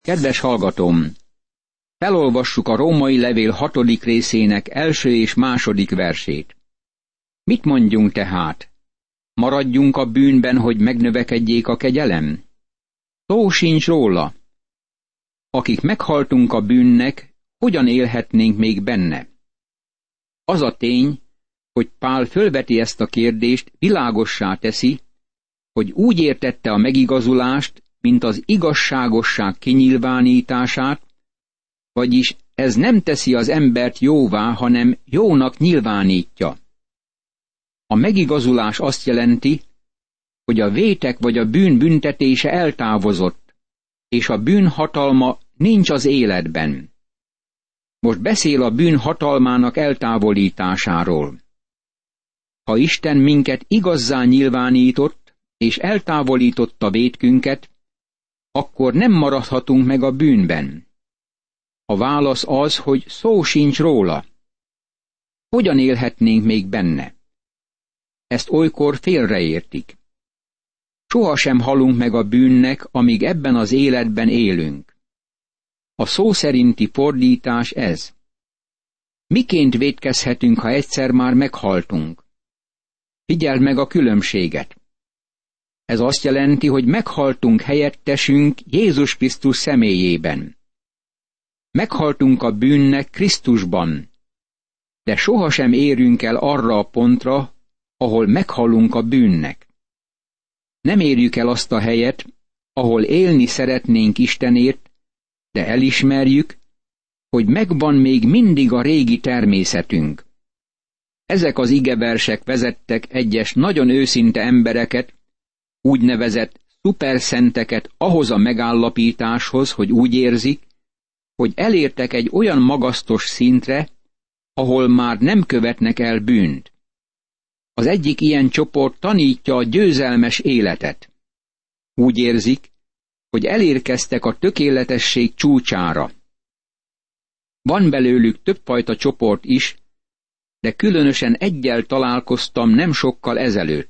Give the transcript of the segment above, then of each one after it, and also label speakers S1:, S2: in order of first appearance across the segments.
S1: Kedves hallgatóm! Felolvassuk a Római levél 6. részének első és második versét. Mit mondjunk tehát? Maradjunk a bűnben, hogy megnövekedjék a kegyelem? Szó sincs róla. Akik meghaltunk a bűnnek, hogyan élhetnénk még benne? Az a tény, hogy Pál fölveti ezt a kérdést, világossá teszi, hogy úgy értette a megigazulást, mint az igazságosság kinyilvánítását, vagyis ez nem teszi az embert jóvá, hanem jónak nyilvánítja. A megigazulás azt jelenti, hogy a vétek vagy a bűn büntetése eltávozott, és a bűn hatalma nincs az életben. Most beszél a bűn hatalmának eltávolításáról. Ha Isten minket igazzá nyilvánított, és eltávolította vétkünket, akkor nem maradhatunk meg a bűnben. A válasz az, hogy szó sincs róla. Hogyan élhetnénk még benne? Ezt olykor félreértik. Sohasem halunk meg a bűnnek, amíg ebben az életben élünk. A szó szerinti fordítás ez. Miként vétkezhetünk, ha egyszer már meghaltunk? Figyeld meg a különbséget. Ez azt jelenti, hogy meghaltunk helyettesünk Jézus Krisztus személyében. Meghaltunk a bűnnek Krisztusban, de sohasem érünk el arra a pontra, ahol meghalunk a bűnnek. Nem érjük el azt a helyet, ahol élni szeretnénk Istenért, de elismerjük, hogy megvan még mindig a régi természetünk. Ezek az igeversek vezettek egyes nagyon őszinte embereket, úgynevezett szuperszenteket ahhoz a megállapításhoz, hogy úgy érzik, hogy elértek egy olyan magasztos szintre, ahol már nem követnek el bűnt. Az egyik ilyen csoport tanítja a győzelmes életet. Úgy érzik, hogy elérkeztek a tökéletesség csúcsára. Van belőlük többfajta csoport is, de különösen eggyel találkoztam nem sokkal ezelőtt.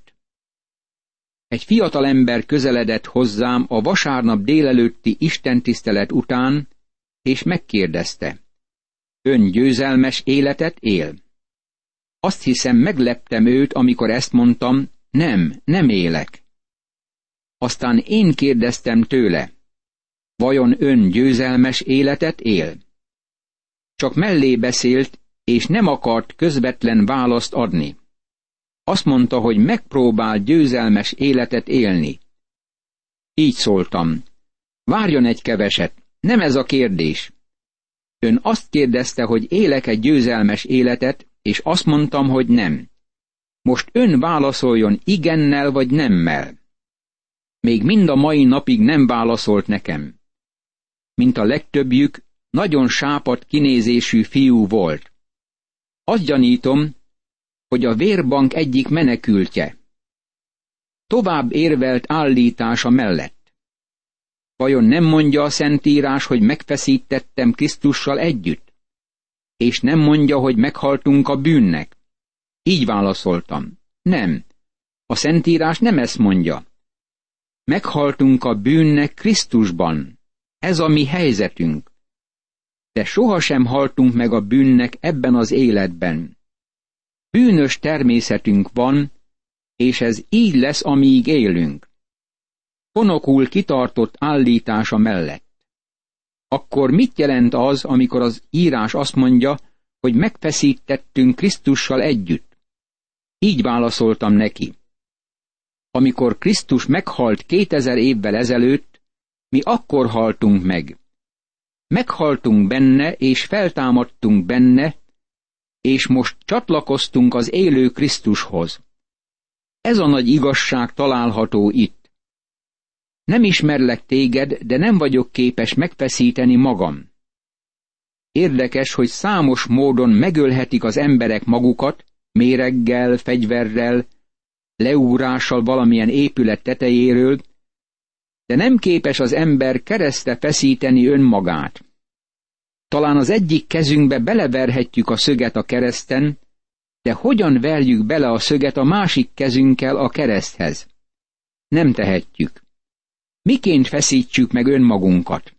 S1: Egy fiatal ember közeledett hozzám a vasárnap délelőtti istentisztelet után, és megkérdezte, ön győzelmes életet él? Azt hiszem, megleptem őt, amikor ezt mondtam, nem élek. Aztán én kérdeztem tőle, vajon ön győzelmes életet él? Csak mellé beszélt, és nem akart közvetlen választ adni. Azt mondta, hogy megpróbál győzelmes életet élni. Így szóltam, várjon egy keveset, nem ez a kérdés. Ön azt kérdezte, hogy élek egy győzelmes életet, és azt mondtam, hogy nem. Most ön válaszoljon igennel vagy nemmel. Még mind a mai napig nem válaszolt nekem. Mint a legtöbbjük, nagyon sápadt kinézésű fiú volt. Azt gyanítom, hogy a vérbank egyik menekültje. Tovább érvelt állítása mellett. Vajon nem mondja a Szentírás, hogy megfeszítettem Krisztussal együtt? És nem mondja, hogy meghaltunk a bűnnek? Így válaszoltam. Nem. A Szentírás nem ezt mondja. Meghaltunk a bűnnek Krisztusban. Ez a mi helyzetünk. De sohasem haltunk meg a bűnnek ebben az életben. Bűnös természetünk van, és ez így lesz, amíg élünk. Fonokul kitartott állítása mellett. Akkor mit jelent az, amikor az írás azt mondja, hogy megfeszítettünk Krisztussal együtt? Így válaszoltam neki. Amikor Krisztus meghalt 2000 évvel ezelőtt, mi akkor haltunk meg. Meghaltunk benne, és feltámadtunk benne, és most csatlakoztunk az élő Krisztushoz. Ez a nagy igazság található itt. Nem ismerlek téged, de nem vagyok képes megfeszíteni magam. Érdekes, hogy számos módon megölhetik az emberek magukat, méreggel, fegyverrel, leugrással valamilyen épület tetejéről, de nem képes az ember keresztre feszíteni önmagát. Talán az egyik kezünkbe beleverhetjük a szöget a kereszten, de hogyan verjük bele a szöget a másik kezünkkel a kereszthez? Nem tehetjük. Miként feszítsük meg önmagunkat?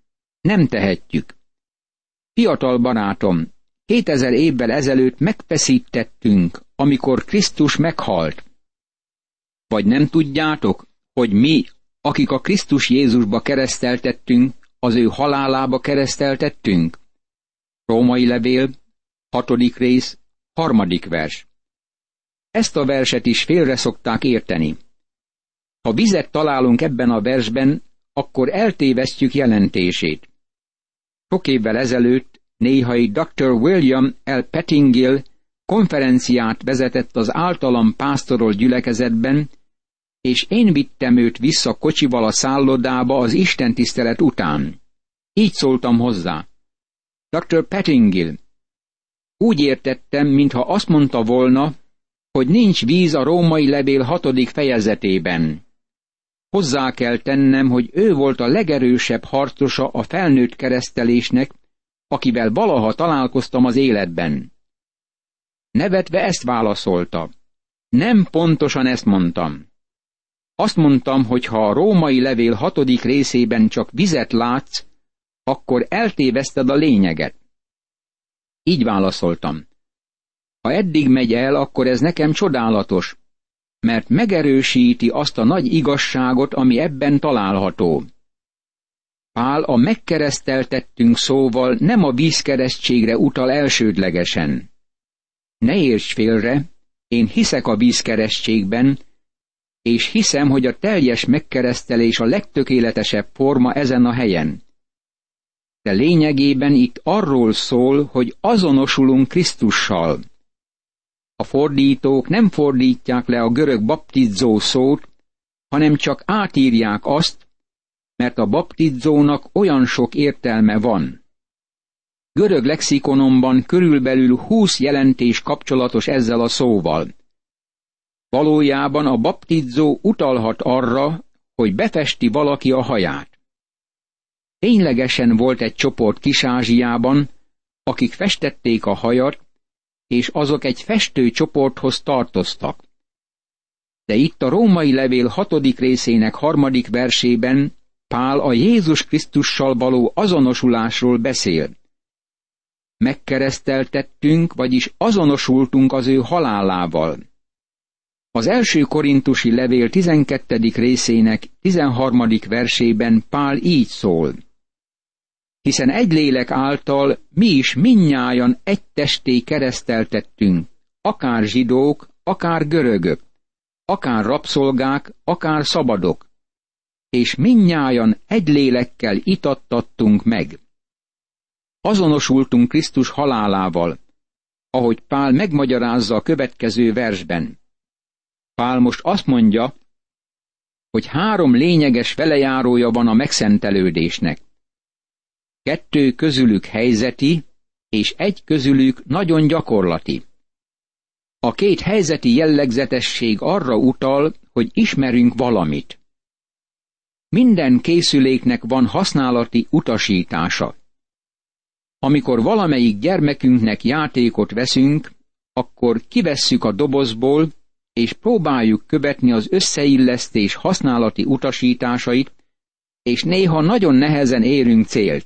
S1: Nem tehetjük. Fiatal barátom, 2000 évvel ezelőtt megfeszítettünk, amikor Krisztus meghalt. Vagy nem tudjátok, hogy mi, akik a Krisztus Jézusba kereszteltettünk, az ő halálába kereszteltettünk? Római levél, 6. rész, 3. vers. Ezt a verset is félre szokták érteni. Ha vizet találunk ebben a versben, akkor eltévesztjük jelentését. Sok évvel ezelőtt néhai Dr. William L. Pettingill konferenciát vezetett az általam pásztorolt gyülekezetben, és én vittem őt vissza kocsival a szállodába az istentisztelet után. Így szóltam hozzá. Dr. Pettingill, úgy értettem, mintha azt mondta volna, hogy nincs víz a római levél 6. fejezetében. Hozzá kell tennem, hogy ő volt a legerősebb harcosa a felnőtt keresztelésnek, akivel valaha találkoztam az életben. Nevetve ezt válaszolta. Nem pontosan ezt mondtam. Azt mondtam, hogy ha a római levél 6. részében csak vizet látsz, akkor eltéveszted a lényeget. Így válaszoltam. Ha eddig megy el, akkor ez nekem csodálatos, mert megerősíti azt a nagy igazságot, ami ebben található. Pál a megkereszteltettünk szóval nem a vízkeresztségre utal elsődlegesen. Ne érts félre, én hiszek a vízkeresztségben, és hiszem, hogy a teljes megkeresztelés a legtökéletesebb forma ezen a helyen. De lényegében itt arról szól, hogy azonosulunk Krisztussal. A fordítók nem fordítják le a görög baptizzó szót, hanem csak átírják azt, mert a baptizzónak olyan sok értelme van. Görög lexikonomban körülbelül 20 jelentés kapcsolatos ezzel a szóval. Valójában a baptizzó utalhat arra, hogy befesti valaki a haját. Ténylegesen volt egy csoport Kis-Ázsiában, akik festették a hajat, és azok egy festőcsoporthoz tartoztak. De itt a római levél 6. részének 3. versében Pál a Jézus Krisztussal való azonosulásról beszél. Megkereszteltettünk, vagyis azonosultunk az ő halálával. Az első korintusi levél 12. részének 13. versében Pál így szól. Hiszen egy lélek által mi is mindnyájan egy testé kereszteltettünk, akár zsidók, akár görögök, akár rabszolgák, akár szabadok, és mindnyájan egy lélekkel itattattunk meg. Azonosultunk Krisztus halálával, ahogy Pál megmagyarázza a következő versben. Pál most azt mondja, hogy 3 lényeges velejárója van a megszentelődésnek. 2 közülük helyzeti, és 1 közülük nagyon gyakorlati. A 2 helyzeti jellegzetesség arra utal, hogy ismerünk valamit. Minden készüléknek van használati utasítása. Amikor valamelyik gyermekünknek játékot veszünk, akkor kivesszük a dobozból, és próbáljuk követni az összeillesztés használati utasításait, és néha nagyon nehezen érünk célt.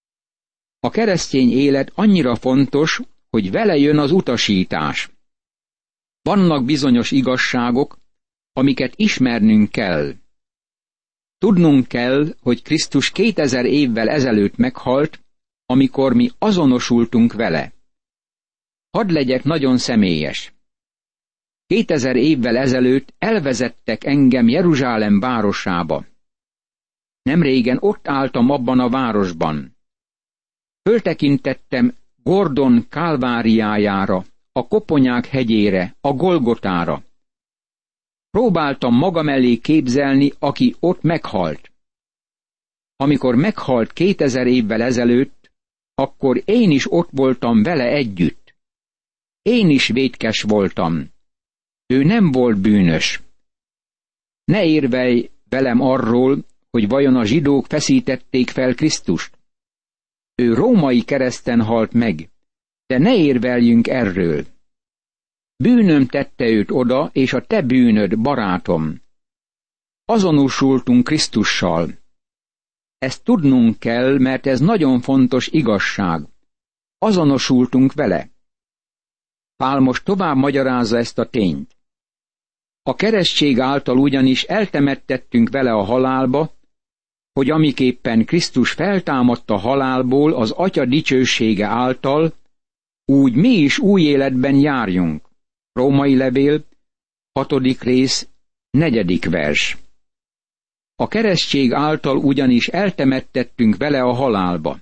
S1: A keresztény élet annyira fontos, hogy vele jön az utasítás. Vannak bizonyos igazságok, amiket ismernünk kell. Tudnunk kell, hogy Krisztus 2000 évvel ezelőtt meghalt, amikor mi azonosultunk vele. Hadd legyek nagyon személyes. 2000 évvel ezelőtt elvezettek engem Jeruzsálem városába. Nemrégen ott álltam abban a városban. Föltekintettem Gordon kálváriájára, a Koponyák hegyére, a Golgotára. Próbáltam magam elé képzelni, aki ott meghalt. Amikor meghalt 2000 évvel ezelőtt, akkor én is ott voltam vele együtt. Én is vétkes voltam. Ő nem volt bűnös. Ne érvelj velem arról, hogy vajon a zsidók feszítették fel Krisztust. Ő római kereszten halt meg, de ne érveljünk erről. Bűnöm tette őt oda, és a te bűnöd, barátom. Azonosultunk Krisztussal. Ezt tudnunk kell, mert ez nagyon fontos igazság. Azonosultunk vele. Pál most tovább magyarázza ezt a tényt. A keresztség által ugyanis eltemettettünk vele a halálba, hogy amiképpen Krisztus feltámadt a halálból az Atya dicsősége által, úgy mi is új életben járjunk. Római levél, 6. rész, 4. vers. A keresztség által ugyanis eltemettettünk vele a halálba.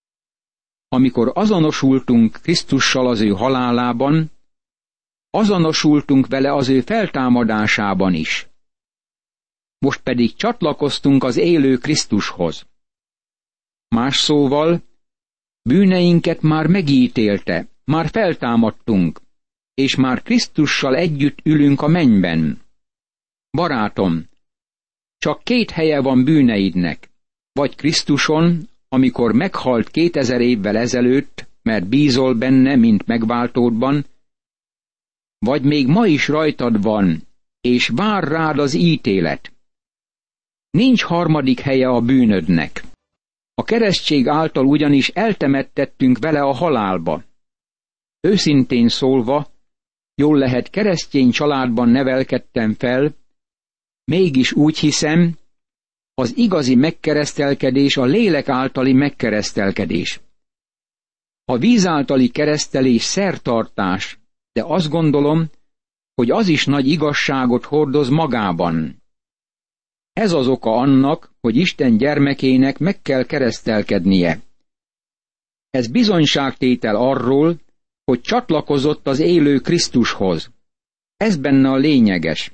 S1: Amikor azonosultunk Krisztussal az ő halálában, azonosultunk vele az ő feltámadásában is. Most pedig csatlakoztunk az élő Krisztushoz. Más szóval, bűneinket már megítélte, már feltámadtunk, és már Krisztussal együtt ülünk a mennyben. Barátom, csak 2 helye van bűneidnek, vagy Krisztuson, amikor meghalt 2000 évvel ezelőtt, mert bízol benne, mint megváltódban, vagy még ma is rajtad van, és vár rád az ítélet. Nincs harmadik helye a bűnödnek. A keresztség által ugyanis eltemettettünk vele a halálba. Őszintén szólva, jól lehet keresztény családban nevelkedtem fel, mégis úgy hiszem, az igazi megkeresztelkedés a lélek általi megkeresztelkedés. A víz általi keresztelés szertartás, de azt gondolom, hogy az is nagy igazságot hordoz magában. Ez az oka annak, hogy Isten gyermekének meg kell keresztelkednie. Ez bizonyságtétel arról, hogy csatlakozott az élő Krisztushoz. Ez benne a lényeges.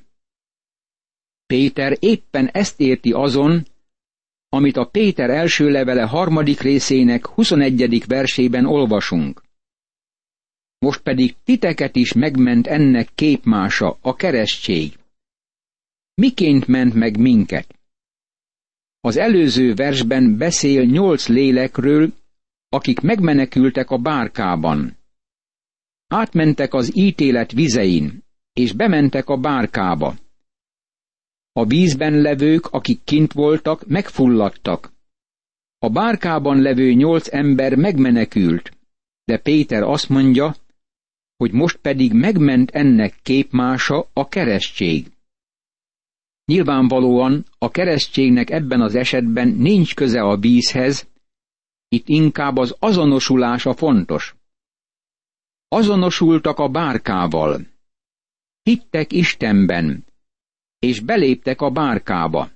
S1: Péter éppen ezt érti azon, amit a Péter első levele 3. részének 21. versében olvasunk. Most pedig titeket is megment ennek képmása, a keresztség. Miként ment meg minket? Az előző versben beszél 8 lélekről, akik megmenekültek a bárkában. Átmentek az ítélet vizein, és bementek a bárkába. A vízben levők, akik kint voltak, megfulladtak. A bárkában levő 8 ember megmenekült, de Péter azt mondja, hogy most pedig megment ennek képmása, a keresztség. Nyilvánvalóan a keresztségnek ebben az esetben nincs köze a vízhez, itt inkább az azonosulása fontos. Azonosultak a bárkával. Hittek Istenben, és beléptek a bárkába.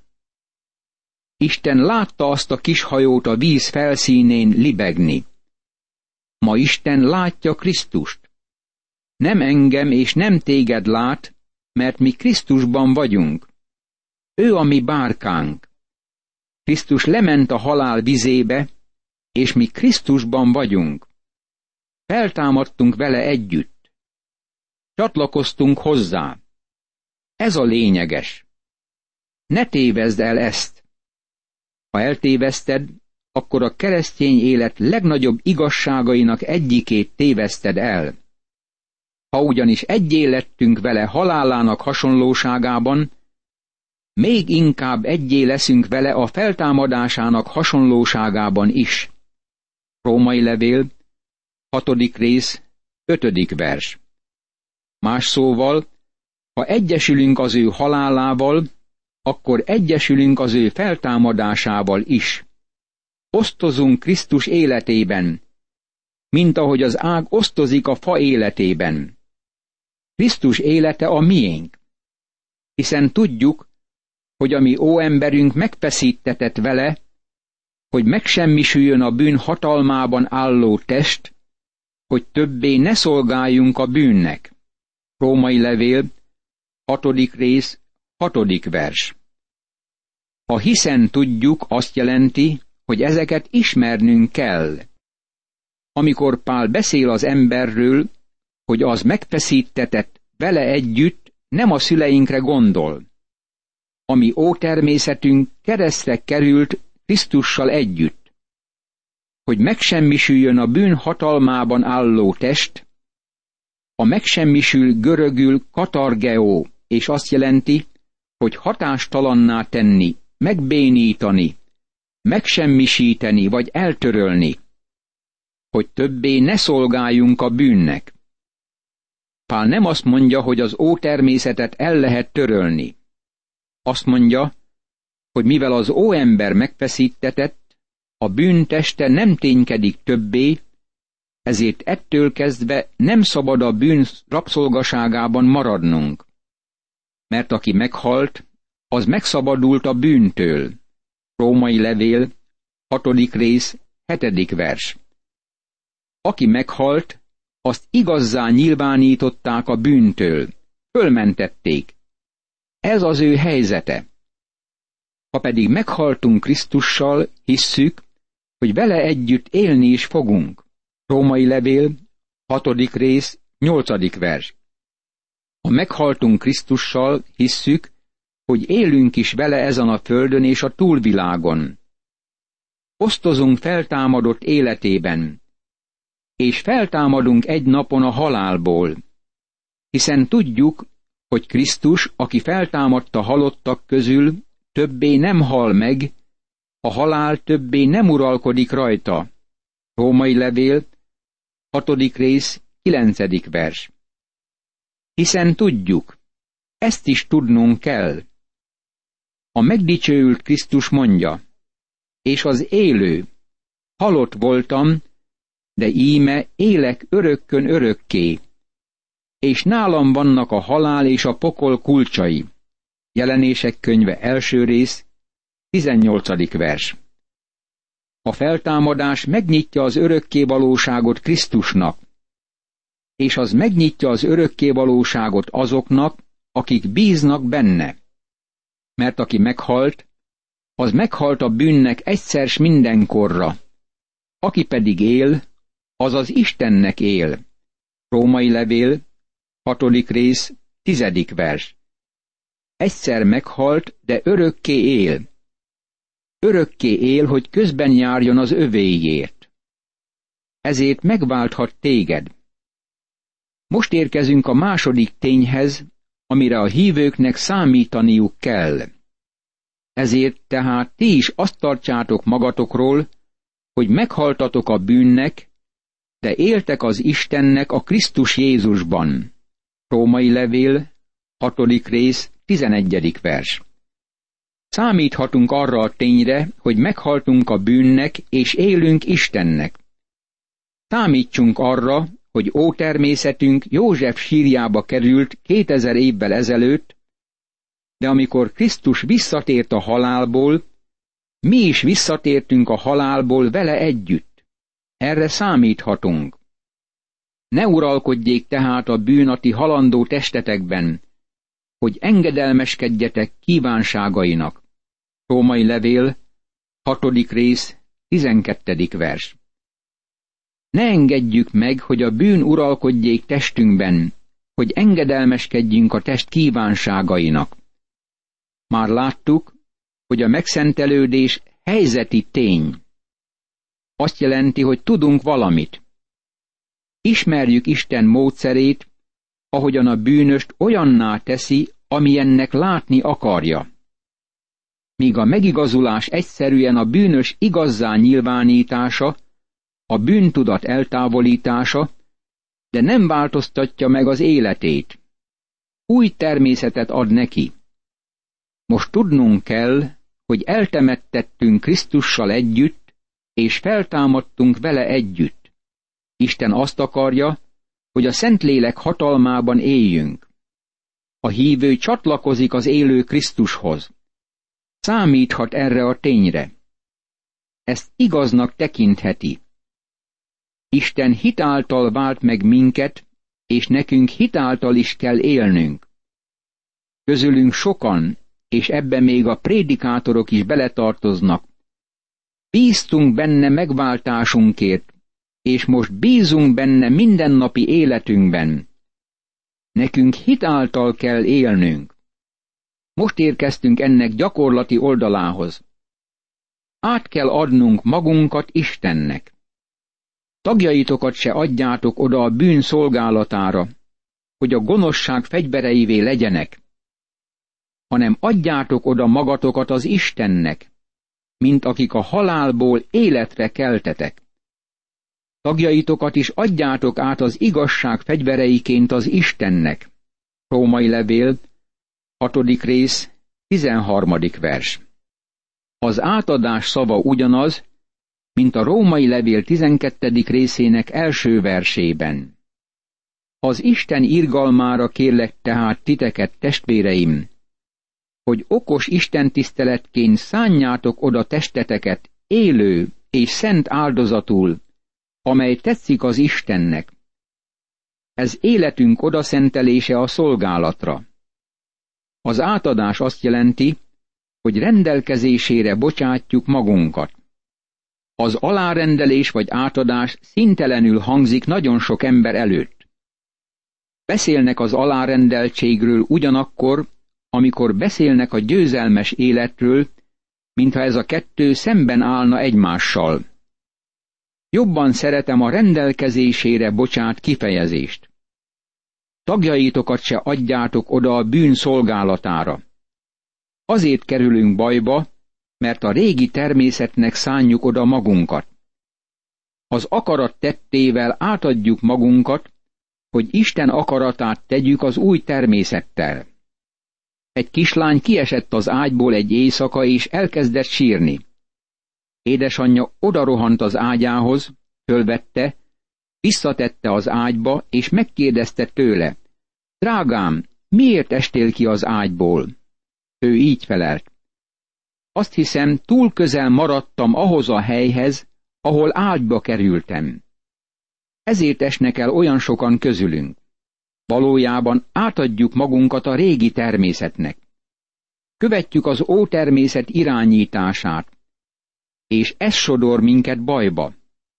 S1: Isten látta azt a kis hajót a víz felszínén libegni. Ma Isten látja Krisztust. Nem engem és nem téged lát, mert mi Krisztusban vagyunk. Ő a mi bárkánk. Krisztus lement a halál vizébe, és mi Krisztusban vagyunk. Feltámadtunk vele együtt. Csatlakoztunk hozzá. Ez a lényeges. Ne tévezd el ezt. Ha eltéveszted, akkor a keresztény élet legnagyobb igazságainak egyikét téveszted el. Ha ugyanis egyé lettünk vele halálának hasonlóságában, még inkább egyé leszünk vele a feltámadásának hasonlóságában is. Római levél, 6. rész, 5. vers. Más szóval, ha egyesülünk az ő halálával, akkor egyesülünk az ő feltámadásával is. Osztozunk Krisztus életében, mint ahogy az ág osztozik a fa életében. Krisztus élete a miénk, hiszen tudjuk, hogy a mi óemberünk megfeszítetett vele, hogy megsemmisüljön a bűn hatalmában álló test, hogy többé ne szolgáljunk a bűnnek. Római levél, 6. rész, 6. vers. A hiszen tudjuk azt jelenti, hogy ezeket ismernünk kell. Amikor Pál beszél az emberről, hogy az megfeszítetett vele együtt, nem a szüleinkre gondol. A mi ótermészetünk keresztre került Krisztussal együtt. Hogy megsemmisüljön a bűn hatalmában álló test, a megsemmisül görögül katargeó, és azt jelenti, hogy hatástalanná tenni, megbénítani, megsemmisíteni vagy eltörölni, hogy többé ne szolgáljunk a bűnnek. Pál nem azt mondja, hogy az ótermészetet el lehet törölni. Azt mondja, hogy mivel az óember megfeszítetett, a bűn teste nem ténykedik többé, ezért ettől kezdve nem szabad a bűn rabszolgaságában maradnunk. Mert aki meghalt, az megszabadult a bűntől. Római levél, 6. rész, 7. vers. Aki meghalt, azt igazzá nyilvánították a bűntől, fölmentették. Ez az ő helyzete. Ha pedig meghaltunk Krisztussal, hisszük, hogy vele együtt élni is fogunk. Római levél, 6. rész, 8. vers. Ha meghaltunk Krisztussal, hisszük, hogy élünk is vele ezen a földön és a túlvilágon. Osztozunk feltámadott életében, és feltámadunk egy napon a halálból, hiszen tudjuk, hogy Krisztus, aki feltámadta halottak közül, többé nem hal meg, a halál többé nem uralkodik rajta. Római levél, 6. rész, 9. vers. Hiszen tudjuk, ezt is tudnunk kell. A megdicsőült Krisztus mondja, és az élő, halott voltam, de íme élek örökkön örökké, és nálam vannak a halál és a pokol kulcsai. Jelenések könyve 1. rész, 18. vers. A feltámadás megnyitja az örökké valóságot Krisztusnak, és az megnyitja az örökké valóságot azoknak, akik bíznak benne. Mert aki meghalt, az meghalt a bűnnek egyszer s mindenkorra. Aki pedig él, az az Istennek él. Római levél, 6. rész, 10. vers. Egyszer meghalt, de örökké él. Örökké él, hogy közben járjon az övéiért. Ezért megválthat téged. Most érkezünk a második tényhez, amire a hívőknek számítaniuk kell. Ezért tehát ti is azt tartsátok magatokról, hogy meghaltatok a bűnnek, de éltek az Istennek a Krisztus Jézusban. Római levél, 6. rész, 11. vers. Számíthatunk arra a tényre, hogy meghaltunk a bűnnek, és élünk Istennek. Számítsunk arra, hogy ótermészetünk József sírjába került 2000 évvel ezelőtt, de amikor Krisztus visszatért a halálból, mi is visszatértünk a halálból vele együtt. Erre számíthatunk. Ne uralkodjék tehát a bűn a ti halandó testetekben, hogy engedelmeskedjetek kívánságainak. Római levél, 6. rész, 12. vers. Ne engedjük meg, hogy a bűn uralkodjék testünkben, hogy engedelmeskedjünk a test kívánságainak. Már láttuk, hogy a megszentelődés helyzeti tény. Azt jelenti, hogy tudunk valamit. Ismerjük Isten módszerét, ahogyan a bűnöst olyanná teszi, amilyennek látni akarja. Míg a megigazulás egyszerűen a bűnös igazzá nyilvánítása, a bűntudat eltávolítása, de nem változtatja meg az életét. Új természetet ad neki. Most tudnunk kell, hogy eltemettettünk Krisztussal együtt, és feltámadtunk vele együtt. Isten azt akarja, hogy a Szentlélek hatalmában éljünk. A hívő csatlakozik az élő Krisztushoz. Számíthat erre a tényre. Ezt igaznak tekintheti. Isten hitáltal vált meg minket, és nekünk hitáltal is kell élnünk. Közülünk sokan, és ebbe még a prédikátorok is beletartoznak. Bíztunk benne megváltásunkért, és most bízunk benne mindennapi életünkben. Nekünk hitáltal kell élnünk. Most érkeztünk ennek gyakorlati oldalához. Át kell adnunk magunkat Istennek. Tagjaitokat se adjátok oda a bűn szolgálatára, hogy a gonoszság fegyvereivé legyenek, hanem adjátok oda magatokat az Istennek, mint akik a halálból életre keltetek. Tagjaitokat is adjátok át az igazság fegyvereiként az Istennek. Római levél, 6. rész, 13. vers. Az átadás szava ugyanaz, mint a Római levél 12. részének első versében. Az Isten irgalmára kérlek tehát titeket, testvéreim, hogy okos istentiszteletként szánjátok oda testeteket élő és szent áldozatul, amely tetszik az Istennek. Ez életünk odaszentelése a szolgálatra. Az átadás azt jelenti, hogy rendelkezésére bocsátjuk magunkat. Az alárendelés vagy átadás színtelenül hangzik nagyon sok ember előtt. Beszélnek az alárendeltségről ugyanakkor, amikor beszélnek a győzelmes életről, mintha ez a kettő szemben állna egymással. Jobban szeretem a rendelkezésére bocsát kifejezést. Tagjaitokat se adjátok oda a bűn szolgálatára. Azért kerülünk bajba, mert a régi természetnek szánjuk oda magunkat. Az akarat tettével átadjuk magunkat, hogy Isten akaratát tegyük az új természettel. Egy kislány kiesett az ágyból egy éjszaka, és elkezdett sírni. Édesanyja odarohant az ágyához, fölvette, visszatette az ágyba, és megkérdezte tőle: drágám, miért estél ki az ágyból? Ő így felelt: azt hiszem, túl közel maradtam ahhoz a helyhez, ahol ágyba kerültem. Ezért esnek el olyan sokan közülünk. Valójában átadjuk magunkat a régi természetnek. Követjük az ótermészet irányítását, és ez sodor minket bajba.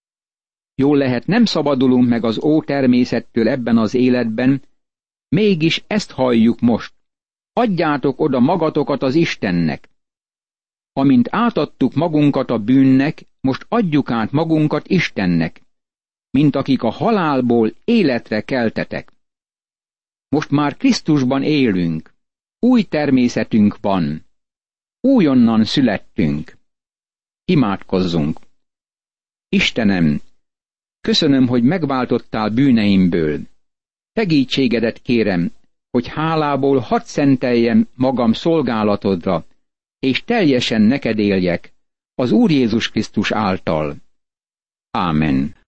S1: Jól lehet, nem szabadulunk meg az ótermészettől ebben az életben, mégis ezt halljuk most. Adjátok oda magatokat az Istennek. Amint átadtuk magunkat a bűnnek, most adjuk át magunkat Istennek, mint akik a halálból életre keltetek. Most már Krisztusban élünk, új természetünk van, újonnan születtünk. Imádkozzunk! Istenem, köszönöm, hogy megváltottál bűneimből. Segítségedet kérem, hogy hálából hadd szenteljem magam szolgálatodra, és teljesen neked éljek, az Úr Jézus Krisztus által. Ámen.